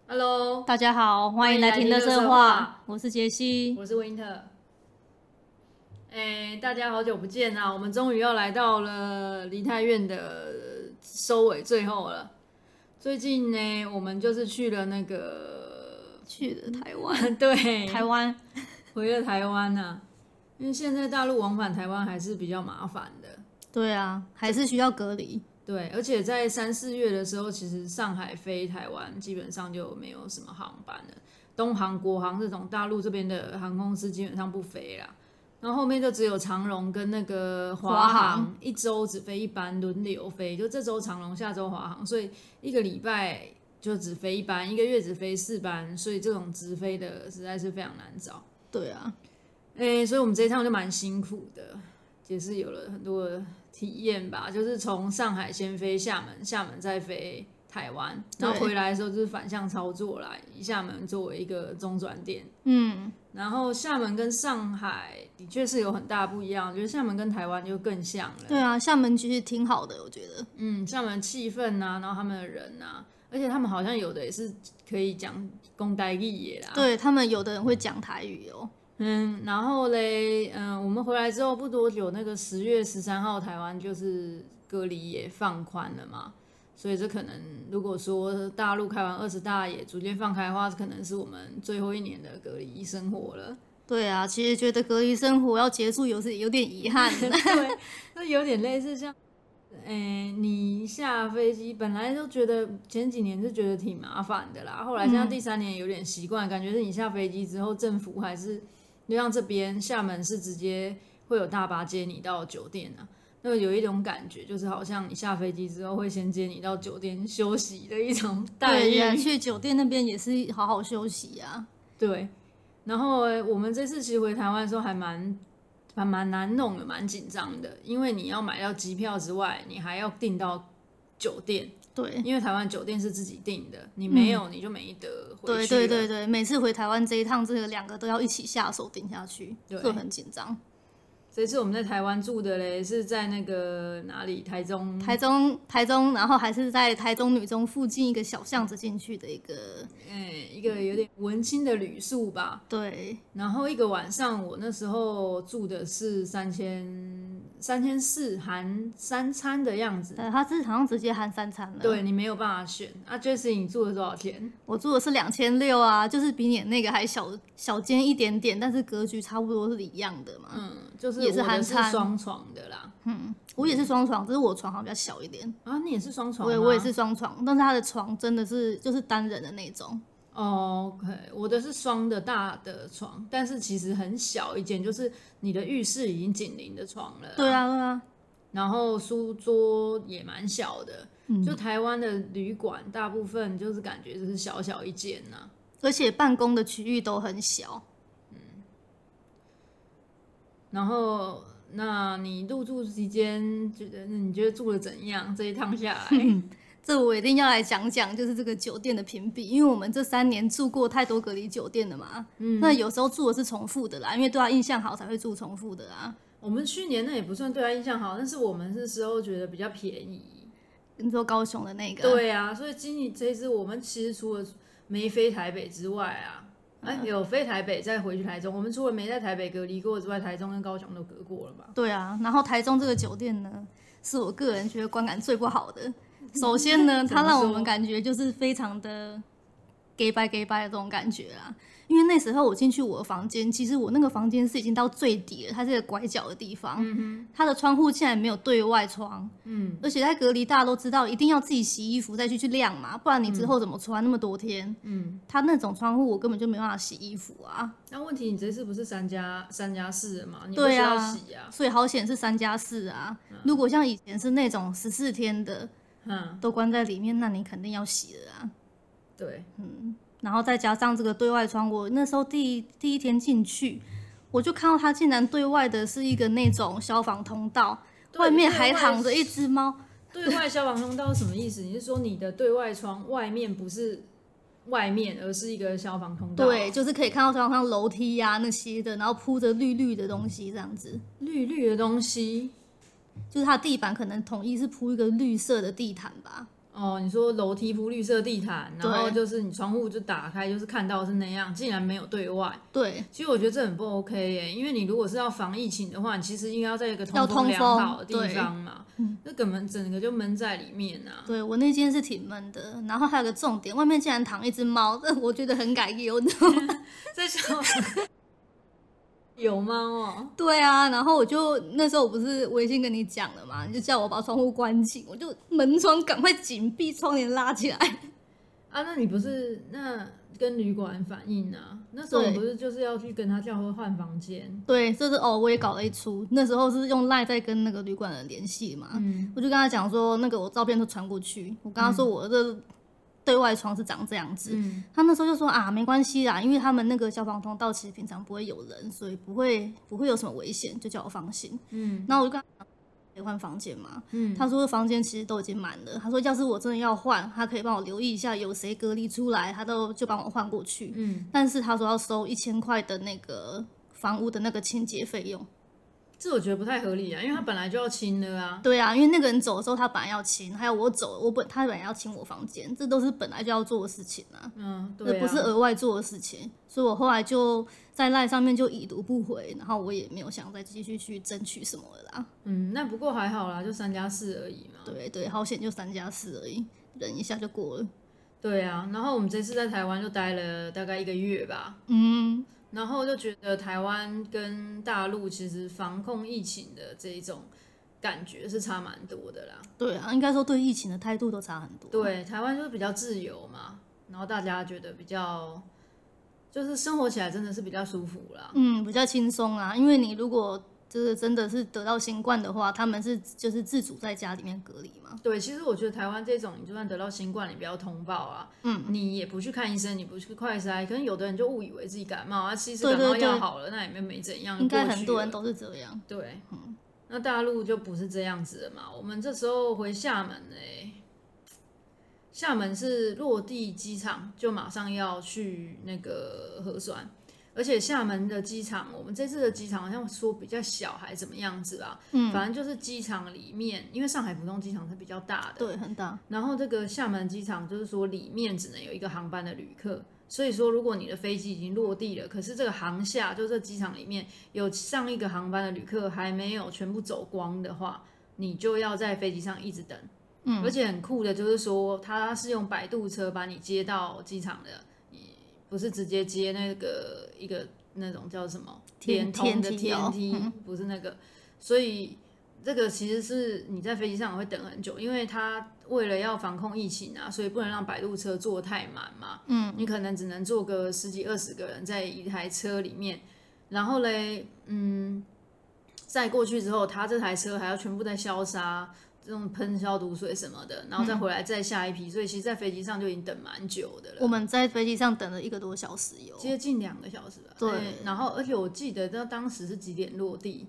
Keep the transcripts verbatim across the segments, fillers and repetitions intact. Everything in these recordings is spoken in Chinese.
Hello， 大家好，欢迎来听乐色话，我是杰西， 我是温特。哎，大家好久不见啊！我们终于要来到了梨泰院的收尾最后了。最近呢，我们就是去了那个去了台湾， 对， 台湾回了台湾啊，因为现在大陆往返台湾还是比较麻烦的。 对啊，还是需要隔离。 对，而且在三四月的时候，其实上海飞台湾基本上就没有什么航班了，东航、国航这种大陆这边的航空公司基本上不飞啦。然后后面就只有长荣跟那个华航，一周只飞一班，轮流飞，就这周长荣，下周华航，所以一个礼拜就只飞一班，一个月只飞四班，所以这种直飞的实在是非常难找。 对啊， 哎，所以我们这一趟就蛮辛苦的，也是有了很多的体验吧，就是从上海先飞厦门，厦门再飞台湾，然后回来的时候就是反向操作啦，以厦门作为一个中转点。嗯，然后厦门跟上海的确是有很大不一样，我觉得厦门跟台湾就更像了。 对啊，厦门其实挺好的，我觉得。 嗯，厦门气氛啊，然后他们的人啊，而且他们好像有的也是可以讲公台语的啦。 对，他们有的人会讲台语哦。 嗯，然后嘞，嗯，我们回来之后不多久，那个十月十三号台湾就是隔离也放宽了嘛，所以这可能如果说大陆开完二十大也逐渐放开的话，可能是我们最后一年的隔离生活了。 对啊，其实觉得隔离生活要结束有是有点遗憾。 对，那有点类似像，诶，你下飞机本来就觉得前几年是觉得挺麻烦的啦，后来现在第三年有点习惯，感觉是你下飞机之后政府还是。就像这边厦门是直接会有大巴接你到酒店啊，那个有一种感觉，就是好像你下飞机之后会先接你到酒店休息的一种待遇。 对，去酒店那边也是好好休息啊。 对，然后我们这次其实回台湾的时候还蛮还蛮难弄的，蛮紧张的，因为你要买到机票之外，你还要订到酒店。 对， 因为台湾酒店是自己订的，你没有、嗯、你就没得回去了。 对对对对，每次回台湾这一趟，这个两个都要一起下手订下去，就很紧张。 这次我们在台湾住的嘞，是在那个哪里？台中。 台中，台中，然后还是在台中女中附近一个小巷子进去的一个， 嗯，一个有点文青的旅宿吧。 对。 然后一个晚上，我那时候住的是三千三千四含三餐的样子。 对，他是好像直接含三餐了。 对，你没有办法选。啊 ，Jessie， 你住了多少钱？ 我住的是两千六啊，就是比你那个还小小间一点点，但是格局差不多是一样的嘛。 嗯，就是我的是双床的啦。 嗯，我也是双床，只是我床好像比较小一点。 啊，你也是双床吗？ 对，我也是双床，但是他的床真的是就是单人的那种。 Oh, OK， 我的是双的大的床，但是其实很小一间，就是你的浴室已经紧邻的床了。 对啊，对啊。 然后书桌也蛮小的，嗯、就台湾的旅馆大部分就是感觉就是小小一间呐、啊， 而且办公的区域都很小。 嗯。然后，那你入住期间觉得你觉得住的怎样？这一趟下来？ 这我一定要来讲讲，就是这个酒店的评比，因为我们这三年住过太多隔离酒店了嘛。嗯，那有时候住的是重复的啦，因为对他印象好才会住重复的啦。 我们去年那也不算对他印象好，但是我们是时候觉得比较便宜。 你说高雄的那个？ 对啊，所以今年这一次我们其实除了没飞台北之外啊，哎、嗯，有飞台北再回去台中，我们除了没在台北隔离过之外，台中跟高雄都隔过了嘛。 对啊，然后台中这个酒店呢，是我个人觉得观感最不好的。首先呢，它让我们感觉就是非常的 gay bye gay bye 的这种感觉啦。因为那时候我进去我的房间，其实我那个房间是已经到最底了，它是一个拐角的地方，嗯、它的窗户竟然没有对外窗，嗯，而且在隔离大家都知道一定要自己洗衣服再去去晾嘛，不然你之后怎么穿那么多天？嗯，它那种窗户我根本就没办法洗衣服啊。 那问题你这次不是三加三加四的吗？你不需要洗啊。 啊所以好险是三加四啊、嗯！如果像以前是那种十四天的，嗯，都关在里面，那你肯定要洗了啊。 对， 嗯。然后再加上这个对外窗，我那时候第一第一天进去，我就看到它竟然对外的是一个那种消防通道，外面还躺着一只猫。 对外消防通道是什么意思？你是说你的对外窗外面不是外面，而是一个消防通道？ 对，就是可以看到像像楼梯啊那些的，然后铺着绿绿的东西这样子。 绿绿的东西， 就是它的地板可能统一是铺一个绿色的地毯吧。 哦，你说楼梯铺绿色地毯，然后对就是你窗户就打开，就是看到是那样，竟然没有对外。 对， 其实我觉得这很不 OK 耶，因为你如果是要防疫情的话，你其实应该要在一个要通风通风良好的地对方嘛，那根本整个就闷在里面啊。 对我那间是挺闷的，然后还有个重点，外面竟然躺一只猫，这我觉得很改忧，你知道吗？ 在想有猫哦， 对啊，然后我就那时候我不是微信跟你讲了嘛，你就叫我把窗户关紧，我就门窗赶快紧闭，窗帘拉起来。 啊，那你不是那跟旅馆反映啊？那时候我对不是就是要去跟他叫他换房间？ 对，这是哦，我也搞了一出，那时候是用赖在跟那个旅馆的人联系嘛， 嗯我就跟他讲说，那个我照片都传过去，我跟他说我这对外窗是长这样子， 嗯他那时候就说啊，没关系啦，因为他们那个消防通道其实平常不会有人，所以不会不会有什么危险，就叫我放心。 嗯然后我就跟他讲可以换房间嘛， 嗯， 他说房间其实都已经满了，他说要是我真的要换，他可以帮我留意一下有谁隔离出来，他都就帮我换过去。 嗯， 但是他说要收一千块的那个房屋的那个清洁费用。 这我觉得不太合理啊，因为他本来就要清的啊。 对啊，因为那个人走的时候他本来要清，还有我走，我本他本来要清我房间，这都是本来就要做的事情啊。 嗯， 这对啊， 不是额外做的事情，所以我后来就在赖上面就已读不回，然后我也没有想再继续去争取什么了啦。 嗯，那不过还好啦，就三加四而已嘛。 对对，好险就三加四而已，忍一下就过了。 对啊，然后我们这次在台湾就待了大概一个月吧， 嗯， 然后就觉得台湾跟大陆其实防控疫情的这一种感觉是差蛮多的啦。 对啊，应该说对疫情的态度都差很多。 对，台湾就是比较自由嘛，然后大家觉得比较，就是生活起来真的是比较舒服啦。 嗯，比较轻松啊，因为你如果就是真的是得到新冠的话，他们是就是自主在家里面隔离嘛。 对，其实我觉得台湾这种，你就算得到新冠，你不要通报啊，嗯，你也不去看医生，你不去快筛，可能有的人就误以为自己感冒啊，其实感冒对对对药好了，那也没没怎样， 应该过去了很多人都是这样。 对，嗯，那大陆就不是这样子的嘛。我们这时候回厦门嘞、厦门是落地机场就马上要去那个核酸，而且厦门的机场，我们这次的机场好像说比较小还怎么样子吧，嗯，反正就是机场里面，因为上海浦东机场是比较大的， 对，很大。 然后这个厦门机场就是说里面只能有一个航班的旅客。所以说，如果你的飞机已经落地了，可是这个航厦就这机场里面有上一个航班的旅客还没有全部走光的话，你就要在飞机上一直等。嗯，而且很酷的就是说，它是用摆渡车把你接到机场的，不是直接接那个一个那种叫什么连通的天梯， 嗯、 不是那个。所以这个其实是你在飞机上会等很久，因为它为了要防控疫情啊，所以不能让摆渡车坐太满嘛。嗯，你可能只能坐个十几二十个人在一台车里面，然后嘞，嗯，再过去之后，他这台车还要全部在消杀，这种喷消毒水什么的，然后再回来再下一批，所以其实，在飞机上就已经等蛮久的了。 我们在飞机上等了一个多小时有， 接近两个小时吧。 对， 欸、然后而且我记得，到当时是几点落地？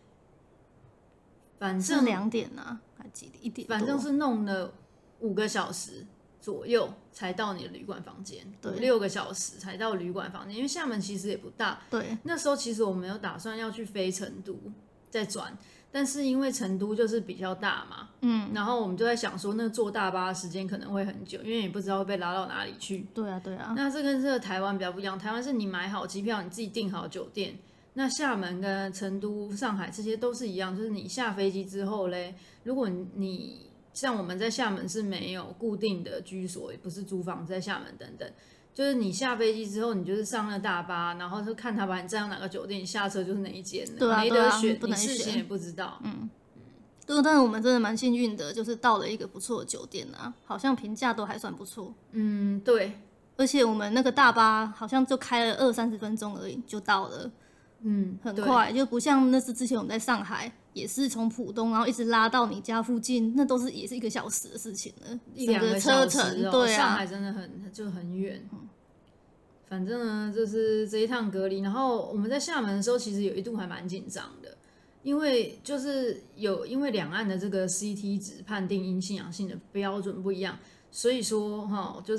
反正是两点啊，还几点？一点多。 反正是弄了五个小时左右才到你的旅馆房间，五六个小时才到旅馆房间。因为厦门其实也不大， 对。 那时候其实我们有打算要去飞成都再转，但是因为成都就是比较大嘛，嗯，然后我们就在想说，那坐大巴的时间可能会很久，因为也不知道会被拉到哪里去。 对啊，对啊。 那这跟这个台湾比较不一样，台湾是你买好机票，你自己订好酒店。那厦门跟成都、上海这些都是一样，就是你下飞机之后嘞，如果你像我们在厦门是没有固定的居所，也不是租房子在厦门等等，就是你下飞机之后，你就是上了大巴，然后就看他把你载到哪个酒店，你下车就是哪一间， 对啊， 没得选， 不能选， 你事先也不知道。嗯嗯，对，但是我们真的蛮幸运的，就是到了一个不错的酒店啊，好像评价都还算不错。 嗯，对， 而且我们那个大巴好像就开了二三十分钟而已就到了。 嗯， 很快，就不像那次之前我们在上海，也是从浦东然后一直拉到你家附近，那都是也是一个小时的事情了， 一两个车小时、 程，对啊， 上海真的很就很远。嗯，反正呢，就是这一趟隔离，然后我们在厦门的时候，其实有一度还蛮紧张的，因为就是有因为两岸的这个 C T 值判定阴性阳性的标准不一样，所以说哈，就是。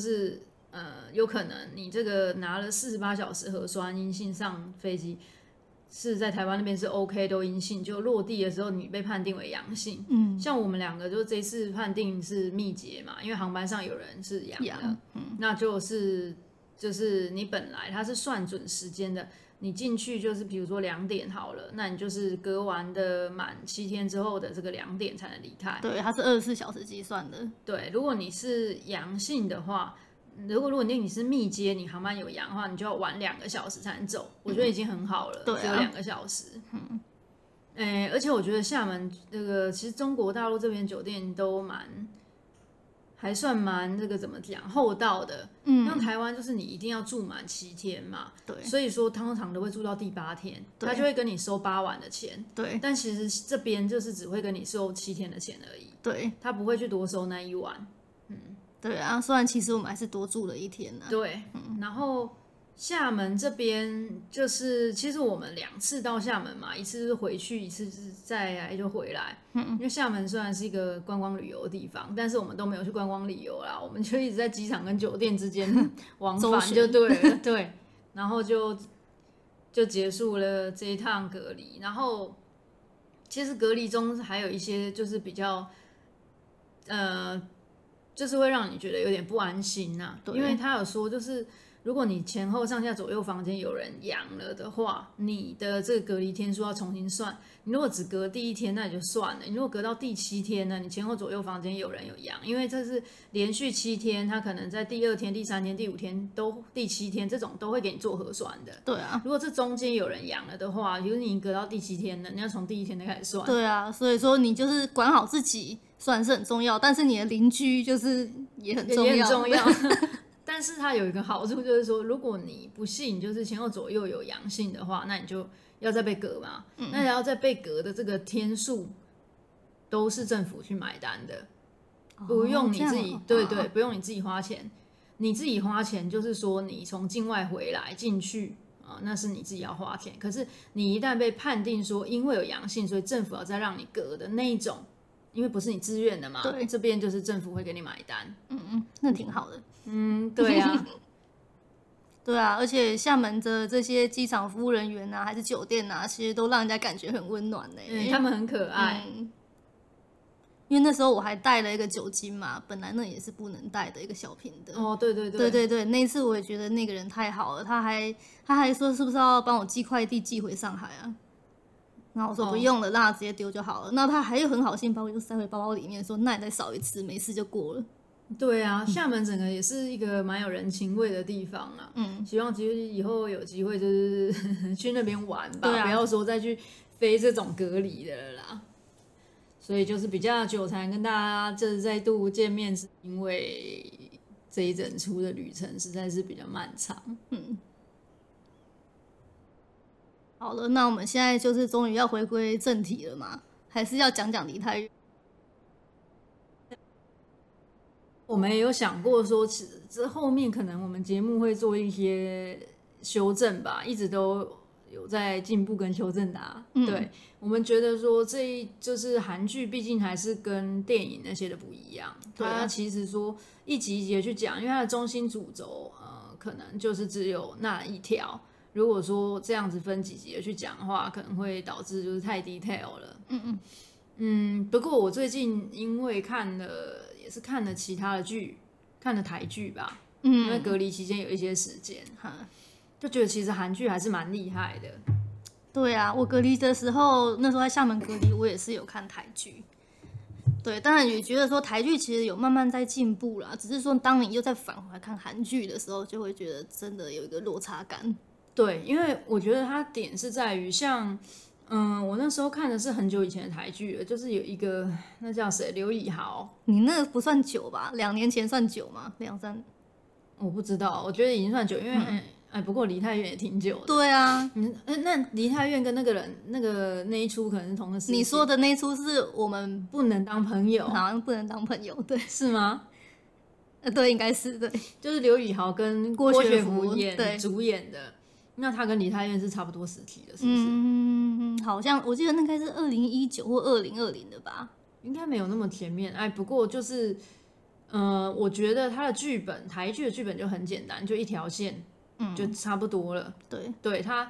呃，有可能你这个拿了四十八小时核酸阴性上飞机， 是在台湾那边是 OK 都阴性，就落地的时候你被判定为阳性。 嗯， 像我们两个就这次判定是密接嘛，因为航班上有人是阳的，嗯，那就是就是你本来它是算准时间的，你进去就是比如说两点好了，那你就是隔完的满七天之后的这个两点才能离开。 对，它是二十四小时计算的。 对，如果你是阳性的话。如果如果你是密接，你航班有阳的话，你就要晚两个小时才能走，我觉得已经很好了， 对啊、 只有两个小时。嗯，欸，而且我觉得厦门这个，其实中国大陆这边酒店都蛮，还算蛮这个怎么讲厚道的。嗯，像台湾就是你一定要住满七天嘛， 对， 所以说通常都会住到第八天，他就会跟你收八晚的钱。 对， 但其实这边就是只会跟你收七天的钱而已。 对， 他不会去多收那一晚。嗯。 对啊，虽然其实我们还是多住了一天呢、啊。 对，嗯、然后厦门这边就是，其实我们两次到厦门嘛，一次是回去，一次是再来就回来。嗯，因为厦门虽然是一个观光旅游的地方，但是我们都没有去观光旅游啦，我们就一直在机场跟酒店之间往返就对了。对，然后就就结束了这一趟隔离。然后其实隔离中还有一些就是比较呃。就是会让你觉得有点不安心呐、啊，因为他有说，就是如果你前后上下左右房间有人阳了的话，你的这个隔离天数要重新算。你如果只隔第一天，那也就算了；你如果隔到第七天呢，你前后左右房间有人有阳，因为这是连续七天，他可能在第二天、第三天、第五天都第七天这种都会给你做核酸的。 对啊， 如果这中间有人阳了的话，比如你隔到第七天了，你要从第一天开始算。 对啊，所以说你就是管好自己。算是很重要，但是你的邻居就是也很重要， 也很重要。但是它有一个好处，就是说，如果你不幸就是前后左右有阳性的话，那你就要再被隔嘛。嗯、那你要再被隔的这个天数，都是政府去买单的，哦、不用你自己，对对，不用你自己花钱。你自己花钱，就是说你从境外回来进去啊、呃，那是你自己要花钱。可是你一旦被判定说因为有阳性，所以政府要再让你隔的那一种。因为不是你自愿的嘛，对，这边就是政府会给你买单， 嗯嗯，那挺好的， 嗯，对啊， 对啊，而且厦门的这些机场服务人员啊，还是酒店啊，其实都让人家感觉很温暖呢、 欸嗯，他们很可爱、嗯， 因为那时候我还带了一个酒精嘛，本来那也是不能带的一个小瓶的， 哦，对对对， 对对对，那一次我也觉得那个人太好了，他还他还说是不是要帮我寄快递寄回上海啊？然后我说不用了，让他直接丢就好了。那他还有很好心把我又塞回包包里面，说那你再扫一次，没事就过了。 对啊，厦门整个也是一个蛮有人情味的地方啊。嗯，希望其实以后有机会就是去那边玩吧，啊、不要说再去飞这种隔离的了啦。所以就是比较久才能跟大家就是再度见面，是因为这一整出的旅程实在是比较漫长。嗯。 好了，那我们现在就是终于要回归正题了嘛，还是要讲讲梨泰院。 我们也有想过说，其实这后面可能我们节目会做一些修正吧，一直都有在进步跟修正的、啊嗯。对，我们觉得说这就是韩剧，毕竟还是跟电影那些的不一样。对，它其实说一集一集的去讲，因为它的中心主轴，呃，可能就是只有那一条。如果说这样子分几集的去讲的话，可能会导致就是太 detail 了。嗯嗯嗯。不过我最近因为看了，也是看了其他的剧，看了台剧吧。嗯。因为隔离期间有一些时间，就觉得其实韩剧还是蛮厉害的。 对啊，我隔离的时候，那时候在厦门隔离，我也是有看台剧。对，当然也觉得说台剧其实有慢慢在进步啦，只是说当你又再返回来看韩剧的时候，就会觉得真的有一个落差感。 对，因为我觉得它点是在于像，嗯，我那时候看的是很久以前的台剧了，就是有一个那叫谁刘以豪， 你那个不算久吧？两年前算久吗？两三？ 我不知道，我觉得已经算久，因为、嗯、哎，不过梨泰院也挺久的。 对啊， 嗯，那梨泰院跟那个人那个那一出可能是同个时期。 你说的那一出是我们不能当朋友， 好像不能当朋友，对， 是吗？ 呃，对，应该是对， 就是刘以豪跟郭雪芙演对主演的。那他跟梨泰院是差不多时期的，是不是？ 嗯，好像我记得那应该是二零一九或二零二零的吧， 应该没有那么前面。哎，不过就是，呃，我觉得他的剧本，台剧的剧本就很简单，就一条线，嗯，就差不多了。 对， 对他，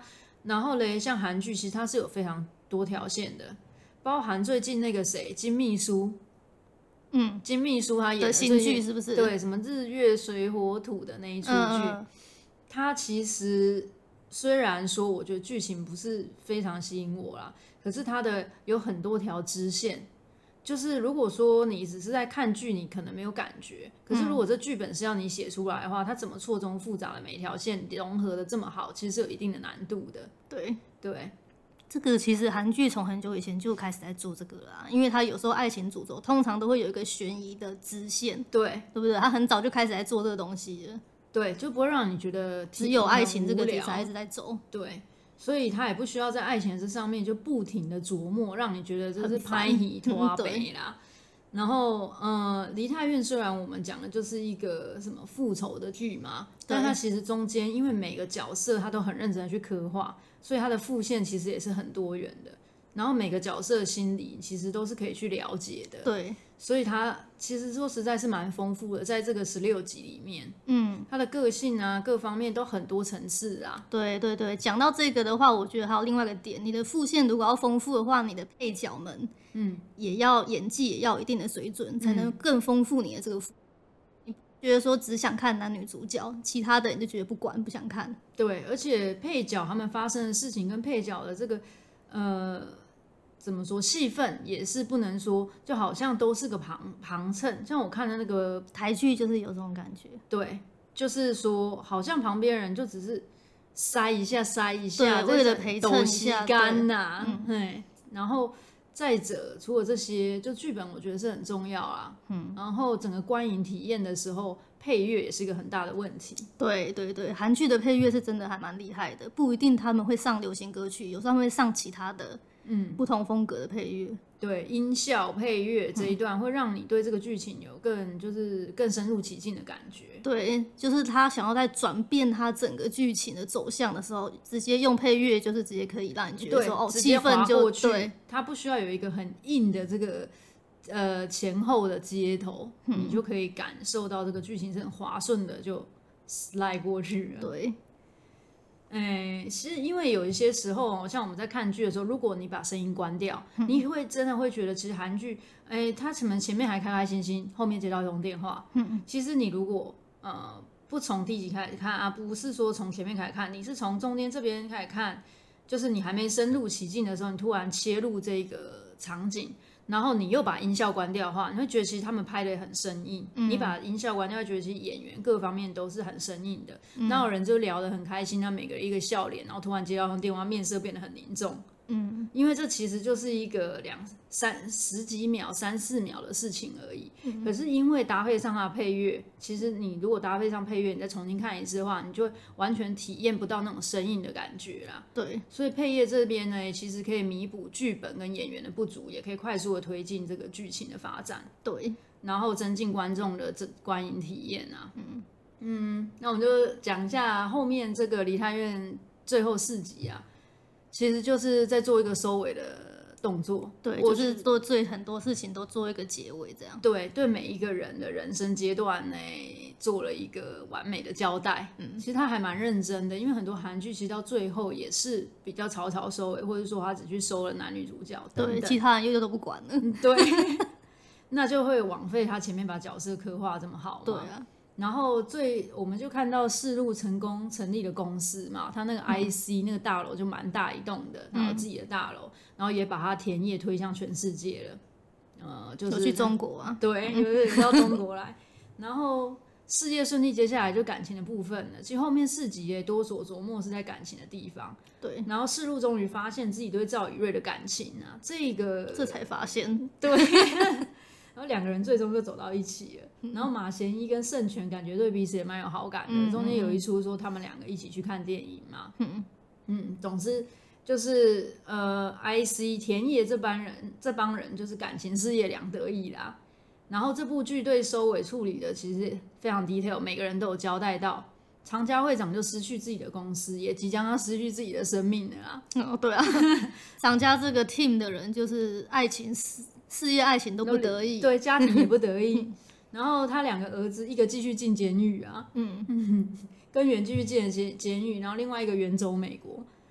然后嘞，像韩剧其实它是有非常多条线的，包含最近那个谁金秘书， 嗯， 金秘书他演的的新剧是不是？ 对，什么日月水火土的那一出剧，嗯嗯它其实虽然说我觉得剧情不是非常吸引我啦，可是它的有很多条支线。就是如果说你只是在看剧，你可能没有感觉。可是如果这剧本是要你写出来的话，它怎么错综复杂的每一条线融合的这么好，其实是有一定的难度的。 对对， 这个其实韩剧从很久以前就开始在做这个啦，因为它有时候爱情主轴通常都会有一个悬疑的支线， 对， 对不对？它很早就开始在做这个东西了。 对，就不会让你觉得只有爱情这个题材一直在走。 对。所以他也不需要在爱情这上面就不停的琢磨，让你觉得这是拍戏拖北啦。然后，呃，梨泰院虽然我们讲的就是一个什么复仇的剧嘛，但它其实中间因为每个角色他都很认真的去刻画，所以它的副线其实也是很多元的。然后每个角色的心理其实都是可以去了解的。 对， 所以它其实说实在是蛮丰富的，在这个十六集里面， 嗯， 他的个性啊，各方面都很多层次啊。 对对对，讲到这个的话，我觉得还有另外一个点，你的副线如果要丰富的话，你的配角们，嗯，也要演技也要有一定的水准，才能更丰富你的这个副。你觉得说只想看男女主角，其他的你就觉得不管不想看。 对，而且配角他们发生的事情跟配角的这个呃。怎么说？戏份也是不能说，就好像都是个旁旁衬。像我看的那个台剧，就是有这种感觉。 对，就是说，好像旁边人就只是塞一下塞一下， 为了陪衬一下干呐。嗯，然后再者，除了这些，就剧本我觉得是很重要啦。嗯，然后整个观影体验的时候，配乐也是一个很大的问题。 对对对，韩剧的配乐是真的还蛮厉害的，不一定他们会上流行歌曲，有时候他们会上其他的。嗯，不同风格的配乐， 对音效配乐这一段会让你对这个剧情有更就是更深入其境的感觉。 对，就是他想要在转变他整个剧情的走向的时候，直接用配乐，就是直接可以让你觉得说哦，气氛就对， 它不需要有一个很硬的这个呃前后的接头，嗯、你就可以感受到这个剧情是很滑顺的就slide过去了。 对。 哎，其实因为有一些时候，像我们在看剧的时候，如果你把声音关掉，嗯、你会真的会觉得，其实韩剧，哎，它可能前面还开开心心，后面接到一通电话。嗯其实你如果呃不从第几开始看啊，不是说从前面开始看，你是从中间这边开始看，就是你还没深入其境的时候，你突然切入这个场景。然后你又把音效关掉的话，你会觉得其实他们拍的很生硬。嗯、你把音效关掉，会觉得其实演员各方面都是很生硬的。嗯、然后有人就聊得很开心，他每个人一个笑脸，然后突然接到通电话，面色变得很凝重。嗯，因为这其实就是一个两三十几秒、三四秒的事情而已。嗯、可是因为搭配上它的配乐，其实你如果搭配上配乐，你再重新看一次的话，你就完全体验不到那种生硬的感觉啦。 对， 所以配乐这边呢，其实可以弥补剧本跟演员的不足，也可以快速的推进这个剧情的发展。 对， 然后增进观众的这观影体验啊。嗯嗯，那我们就讲一下后面这个梨泰院最后四集啊。其实就是在做一个收尾的动作， 对，就是做最很多事情都做一个结尾，这样。 对，对每一个人的人生阶段呢，做了一个完美的交代。嗯，其实他还蛮认真的，因为很多韩剧其实到最后也是比较草草收尾，或者说他只去收了男女主角等等， 对，其他人又都不管了。 嗯、对，那就会枉费他前面把角色刻画这么好嘛。 对啊。 然后最我们就看到世路成功成立的公司嘛，他那个 I C、嗯、那个大楼就蛮大一栋的，然后自己的大楼，嗯、然后也把他田野推向全世界了，呃，就是去中国啊， 对，有点到中国来，然后事业顺利，接下来就感情的部分了。其实后面四集也多所琢磨是在感情的地方， 对， 然后世路终于发现自己对赵以瑞的感情啊，这个这才发现， 对。然后两个人最终就走到一起了，嗯、然后马贤一跟盛权感觉对彼此也蛮有好感的，嗯、中间有一出说他们两个一起去看电影嘛，嗯嗯，总之就是呃 I C 田野这帮人这帮人就是感情事业两得意啦。然后这部剧对收尾处理的其实非常 detail， 每个人都有交代到。长家会长就失去自己的公司，也即将要失去自己的生命了啦。 哦，对啊，长家这个 team 的人就是爱情事事业爱情都不得意， 对，家庭也不得意。然后他两个儿子，一个继续进监狱啊，嗯嗯，跟原继续进监监狱，然后另外一个远走美国。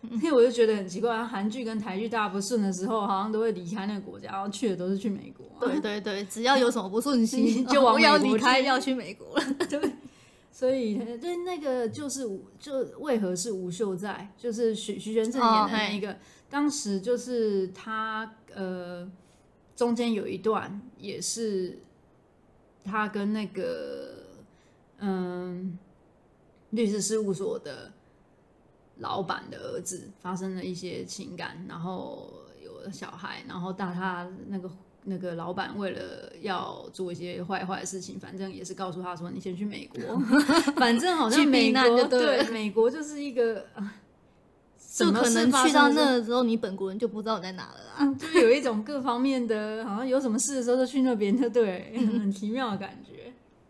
因为我就觉得很奇怪，韩剧跟台剧大家不顺的时候，好像都会离开那个国家，然后去的都是去美国、啊。 对对对，只要有什么不顺心， 就往美国要离开，要去美国了。 对，所以对那个就是就为何是吴秀在，就是徐徐玄正演的那个，哦、当时就是他呃中间有一段也是他跟那个嗯律师事务所的老板的儿子发生了一些情感，然后有了小孩，然后大他那个。那个老板为了要做一些坏坏的事情，反正也是告诉他说：“你先去美国。”反正好像美国就对, 对美国就是一个， 就可能去到那的时候，你本国人就不知道你在哪了啦。 就有一种各方面的，好像有什么事的时候就去那边，就对，很奇妙的感觉。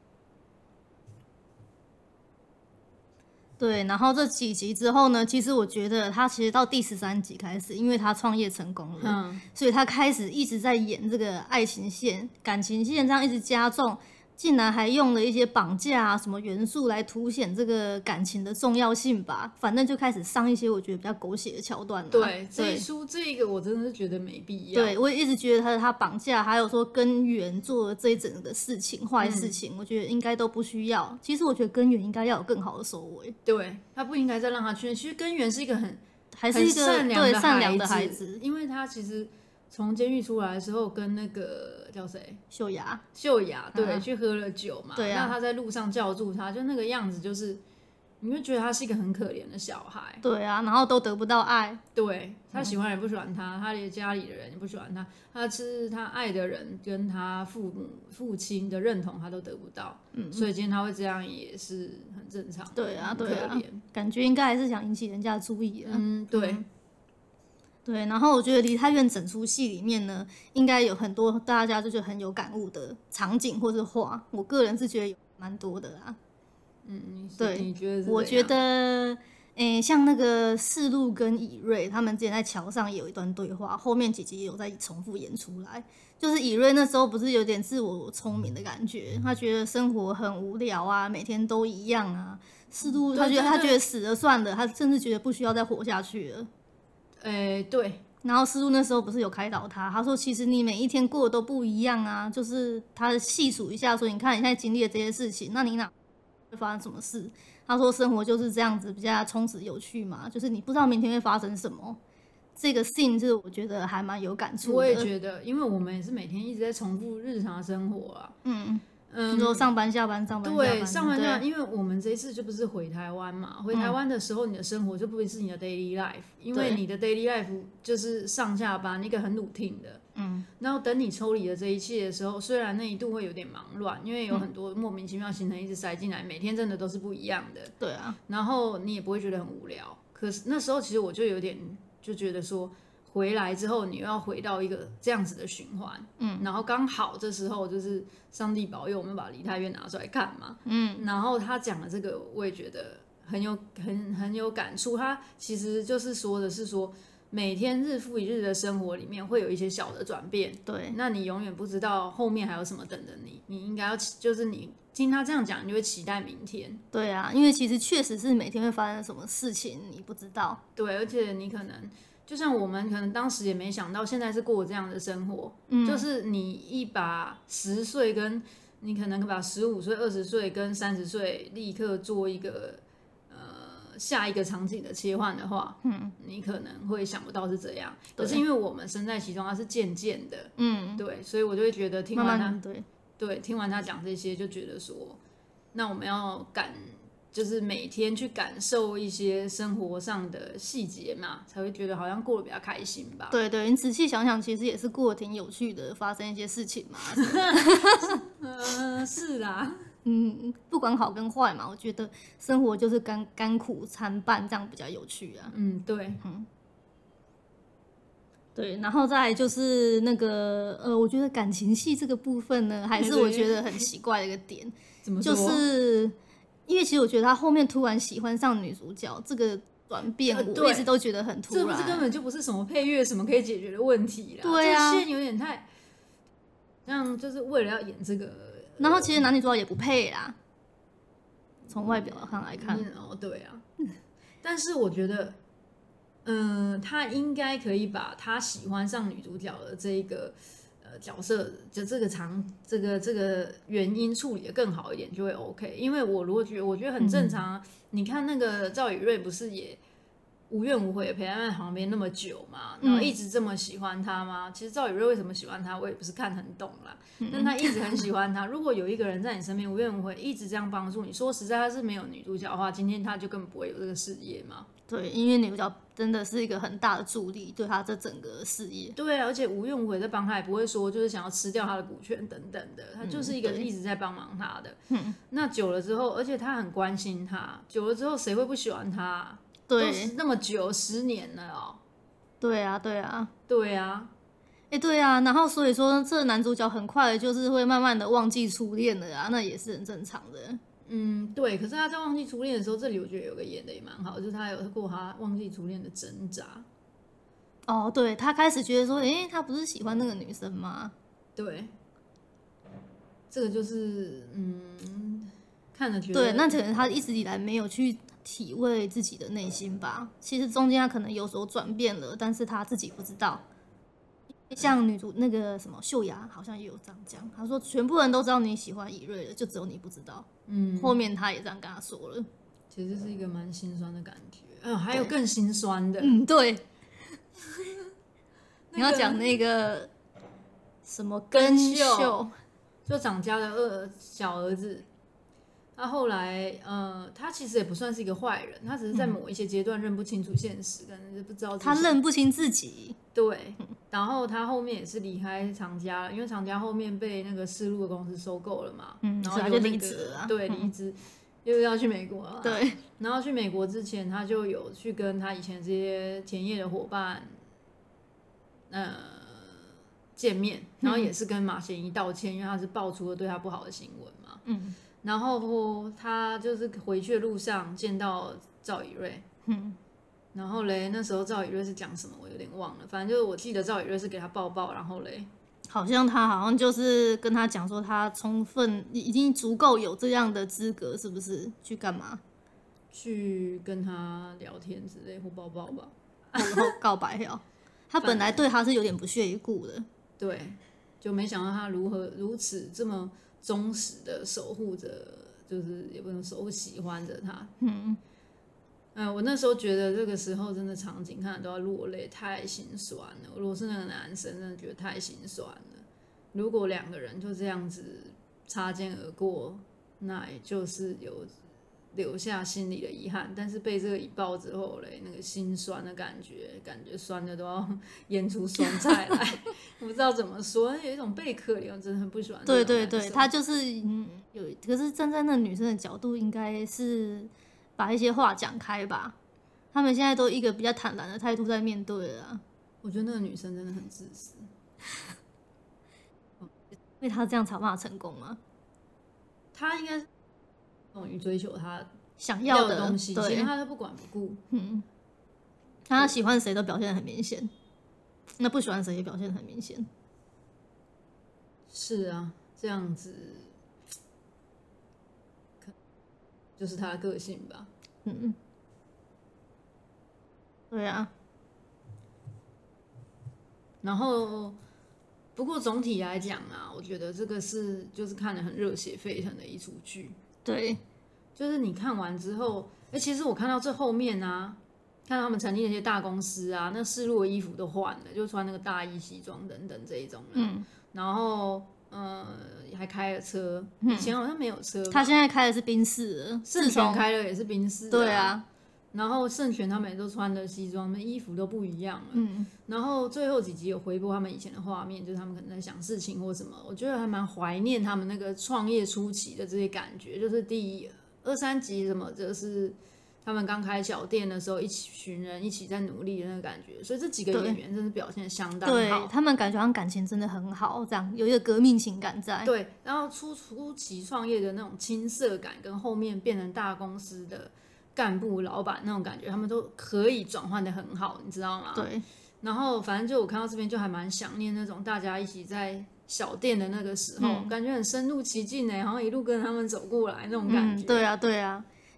对，然后这几集之后呢，其实我觉得他其实到第十三集开始，因为他创业成功了，嗯，所以他开始一直在演这个爱情线、感情线，这样一直加重，竟然还用了一些绑架啊什么元素来凸显这个感情的重要性吧。反正就开始上一些我觉得比较狗血的桥段了。 对，这一出这个我真的是觉得没必要。 对，我也一直觉得他他绑架，还有说根源做这一整个事情坏事情、嗯，我觉得应该都不需要。其实我觉得根源应该要有更好的收尾。 对，他不应该再让他去。其实根源是一个很还是一个善良的对善良的孩子， 因为他其实从监狱出来的时候，跟那个叫谁秀雅， 秀雅对、啊、去喝了酒嘛。 对啊， 那他在路上叫住他，就那个样子，就是你会觉得他是一个很可怜的小孩。 对啊，然后都得不到爱。 对，他喜欢人也不喜欢他，嗯、他连家里的人也不喜欢他，他是他爱的人跟他父母父亲的认同他都得不到。嗯，所以今天他会这样也是很正常。 对啊，对啊，感觉应该还是想引起人家的注意啊。 嗯，对。 嗯对，然后我觉得梨泰院整出戏里面呢，应该有很多大家就觉得很有感悟的场景或是画，我个人是觉得有蛮多的啦。 嗯， 对， 你觉得是？ 我觉得，诶，像那个世路跟以瑞他们之前在桥上也有一段对话，后面几集也有在重复演出来。就是以瑞那时候不是有点自我聪明的感觉，他觉得生活很无聊啊，每天都一样啊。世路他觉得他觉得死了算了，他甚至觉得不需要再活下去了。 诶、欸，对。 然后师傅那时候不是有开导他，他说其实你每一天过得都不一样啊，就是他细数一下说，你看你现在经历了这些事情，那你哪会发生什么事？他说生活就是这样子，比较充实有趣嘛，就是你不知道明天会发生什么。这个 scene 就是我觉得还蛮有感触的。 我也觉得，因为我们也是每天一直在重复日常生活啊。嗯嗯，你说上班下班上班下班， 对，上班下班，因为我们这一次就不是回台湾嘛，回台湾的时候，你的生活就不会是你的 daily life，、嗯、因为你的 daily life 就是上下班一个很 routine 的，嗯，然后等你抽离了这一切的时候，虽然那一度会有点忙乱，因为有很多莫名其妙行程一直塞进来，每天真的都是不一样的， 对啊， 然后你也不会觉得很无聊，可是那时候其实我就有点就觉得说。回来之后，你又要回到一个这样子的循环，嗯，然后刚好这时候就是上帝保佑，我们把梨泰院拿出来看嘛，嗯，然后他讲的这个，我也觉得很有很很有感触。他其实就是说的是说，每天日复一日的生活里面会有一些小的转变， 对， 那你永远不知道后面还有什么等着你，你应该要就是你听他这样讲，你就会期待明天。 对啊，因为其实确实是每天会发生什么事情，你不知道。 对，而且你可能。就像我们可能当时也没想到，现在是过这样的生活，嗯、就是你一把十岁跟你可能把十五岁、二十岁跟三十岁立刻做一个呃下一个场景的切换的话，嗯，你可能会想不到是这样。可是因为我们身在其中，它是渐渐的，嗯，对，所以我就会觉得听完他， 慢慢对对，听完他讲这些，就觉得说，那我们要感。就是每天去感受一些生活上的细节嘛，才会觉得好像过得比较开心吧。 对对，你仔细想想，其实也是过得挺有趣的，发生一些事情嘛。 呃，是啦， 嗯，不管好跟坏嘛，我觉得生活就是甘甘苦参半，这样比较有趣啊。 嗯，对，嗯， 对，然后再来就是那个呃，我觉得感情戏这个部分呢，还是我觉得很奇怪的一个点， 怎么说？ 就是。因为其实我觉得他后面突然喜欢上女主角这个转变，我一直都觉得很突然。 这不是根本就不是什么配乐什么可以解决的问题啦。 对啊， 这线有点太，像就是为了要演这个， 然后其实男女主角也不配啦。从外表上来看， 嗯、哦，对啊。但是我觉得嗯、呃，他应该可以把他喜欢上女主角的这一个呃角色，就这个场这个这个原因处理的更好一点，就会 OK。因为我如果觉得我觉得很正常、啊嗯，你看那个赵以瑞不是也无怨无悔的陪在他旁边那么久嘛，然后一直这么喜欢他吗？嗯、其实赵以瑞为什么喜欢他，我也不是看很懂啦。嗯、但他一直很喜欢他。如果有一个人在你身边无怨无悔，一直这样帮助你，说实在，他是没有女主角的话，今天他就根本不会有这个事业嘛。 对，因为女主角真的是一个很大的助力，对他这整个事业。 对啊，而且无怨无悔在帮他，也不会说就是想要吃掉他的股权等等的，他就是一个一直在帮忙他的。嗯，那久了之后，而且他很关心他，久了之后谁会不喜欢他、啊？ 对， 都那么久，十年了哦。 对啊，对啊， 对啊， 哎、欸，对啊，然后所以说，这个男主角很快就是会慢慢的忘记初恋了啊，那也是很正常的。 嗯，对。可是他在忘记初恋的时候，这里我觉得有个演的也蛮好，就是他有过他忘记初恋的挣扎。 哦，对，他开始觉得说，哎、欸，他不是喜欢那个女生吗？ 对，这个就是嗯，看着觉得对，那可能他一直以来没有去体会自己的内心吧。其实中间他可能有所转变了，但是他自己不知道。像女主那个什么秀雅，好像也有这样讲，他说全部人都知道你喜欢以瑞了，就只有你不知道。嗯，后面他也这样跟他说了。 其实是一个蛮心酸的感觉。嗯、呃，还有更心酸的。 嗯，对。你要讲那个什么根秀， 就长家的二小儿子。他后来，呃，他其实也不算是一个坏人，他只是在某一些阶段认不清楚现实，可能就不知道自己他认不清自己。 对，然后他后面也是离开长家了，因为长家后面被那个丝路的公司收购了嘛， 嗯， 然后、那个、就离职了、啊， 对，离职、嗯、又要去美国了。 对， 然后去美国之前，他就有去跟他以前这些田野的伙伴，呃，见面，然后也是跟马贤一道歉，因为他是爆出了对他不好的新闻嘛，嗯。然后他就是回去的路上见到赵以瑞，嗯，然后嘞，那时候赵以瑞是讲什么，我有点忘了。反正就是我记得赵以瑞是给他抱抱，然后嘞， 好像他好像就是跟他讲说，他充分已经足够有这样的资格，是不是？去干嘛？ 去跟他聊天之类，或抱抱吧， 然后告白了。他本来对他是有点不屑一顾的， 对，就没想到他如何如此这么忠实的守护着，就是也不能说喜欢着他。嗯，呃，我那时候觉得这个时候真的场景看都要落泪，太心酸了。如果是那个男生，真的觉得太心酸了。如果两个人就这样子擦肩而过，那也就是有留下心里的遗憾。但是被这个一抱之后嘞，那个心酸的感觉，感觉酸的都要腌出酸菜来。我不知道怎么说，有一种被可怜，我真的很不喜欢。 对对对，他就是嗯有，可是站在那女生的角度，应该是把一些话讲开吧。他们现在都一个比较坦然的态度在面对了、啊。 我觉得那个女生真的很自私。 因为他这样才有办法成功吗？ 他应该是勇于追求他想要的东西，其他他不管不顾。嗯， 他喜欢谁都表现得很明显，那不喜欢谁也表现得很明显。 是啊，这样子就是他的个性吧。嗯， 对啊。 然后。不过总体来讲啊，我觉得这个是就是看得很热血沸腾的一出剧。 对， 就是你看完之后，哎、欸，其实我看到这后面啊，看到他们曾经那些大公司啊，那试录的衣服都换了，就穿那个大衣、西装等等这一种。嗯，然后呃还开了车，以前好像没有车、嗯。 他现在开的是宾士了， 盛全开的也是宾士、啊。 对啊。 然后盛全他们也都穿的西装，衣服都不一样了。嗯，然后最后几集有回播他们以前的画面，就是他们可能在想事情或什么，我觉得还蛮怀念他们那个创业初期的这些感觉。就是第二三集什么，就是他们刚开小店的时候，一群人一起在努力的那个感觉。所以这几个演员真的表现得相当好， 对他们感觉好像感情真的很好，这样有一个革命情感在。 对，然后初初期创业的那种青涩感，跟后面变成大公司的干部老板那种感觉，他们都可以转换得很好，你知道吗？ 对。 然后反正就我看到这边就还蛮想念那种大家一起在小店的那个时候，嗯、感觉很深入其境哎，好像一路跟他们走过来那种感觉。 嗯、对啊，对啊，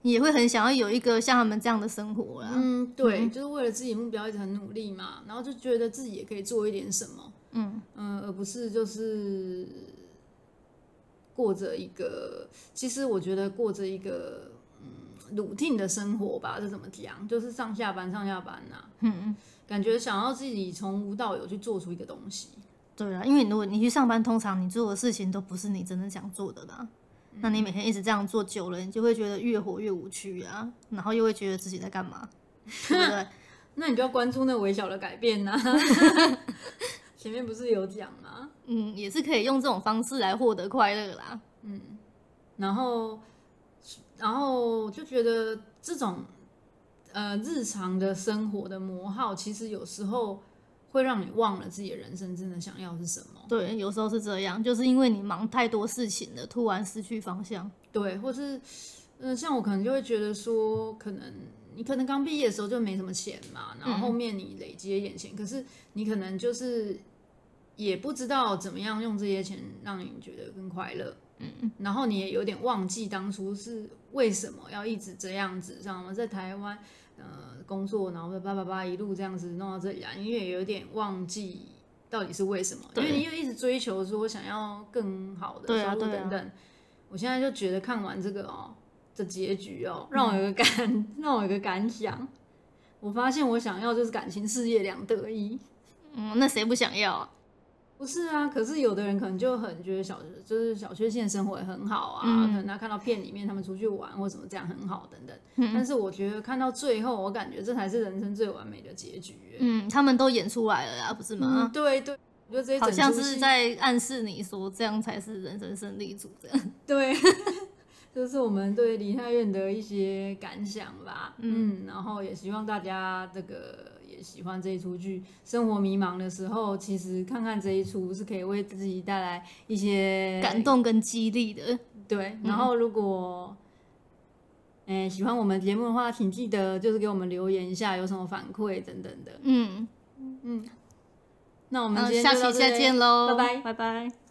也会很想要有一个像他们这样的生活啦。 嗯，对，嗯、就是为了自己目标一直很努力嘛，然后就觉得自己也可以做一点什么，嗯嗯、呃，而不是就是过着一个，其实我觉得过着一个嗯 routine 的生活吧，这怎么讲？就是上下班上下班呐、啊，嗯嗯，感觉想要自己从无到有去做出一个东西。 对啊，因为如果你去上班，通常你做的事情都不是你真的想做的啦。那你每天一直这样做久了，你就会觉得越活越无趣啊，然后又会觉得自己在干嘛，对不对？ 那你就要关注那微小的改变啊。前面不是有讲吗？ 嗯，也是可以用这种方式来获得快乐啦。 嗯，然后，然后就觉得这种呃日常的生活的磨耗，其实有时候会让你忘了自己的人生真的想要是什么。 对，有时候是这样，就是因为你忙太多事情了，突然失去方向。 对，或是呃，像我可能就会觉得说，可能你可能刚毕业的时候就没什么钱嘛，然后后面你累积了一点钱，嗯、可是你可能就是也不知道怎么样用这些钱让你觉得更快乐。嗯，然后你也有点忘记当初是为什么要一直这样子，像我们在台湾呃工作，然后叭叭叭一路这样子弄到这里来，因为也有点忘记到底是为什么，因为你又一直追求说想要更好的收入等等。啊啊、我现在就觉得看完这个哦的结局哦，让我有个感，嗯、让我有个感想，我发现我想要就是感情事业两得意。 嗯，那谁不想要啊？ 不是啊，可是有的人可能就很觉得小就是小确幸生活也很好啊，嗯、可能他看到片里面他们出去玩或什么这样很好等等。嗯、但是我觉得看到最后，我感觉这才是人生最完美的结局。 嗯，他们都演出来了啊，不是吗？ 嗯、对对，我觉得这一整好像是在暗示你说这样才是人生胜利组这样。 对。这是我们对梨泰院的一些感想吧，嗯, 嗯，然后也希望大家这个也喜欢这一出剧。生活迷茫的时候，其实看看这一出是可以为自己带来一些感动跟激励的。 对，然后如果，嗯、喜欢我们节目的话，请记得就是给我们留言一下，有什么反馈等等的。嗯嗯，那我们今天就到这里， 下期再见喽， 拜拜， 拜拜。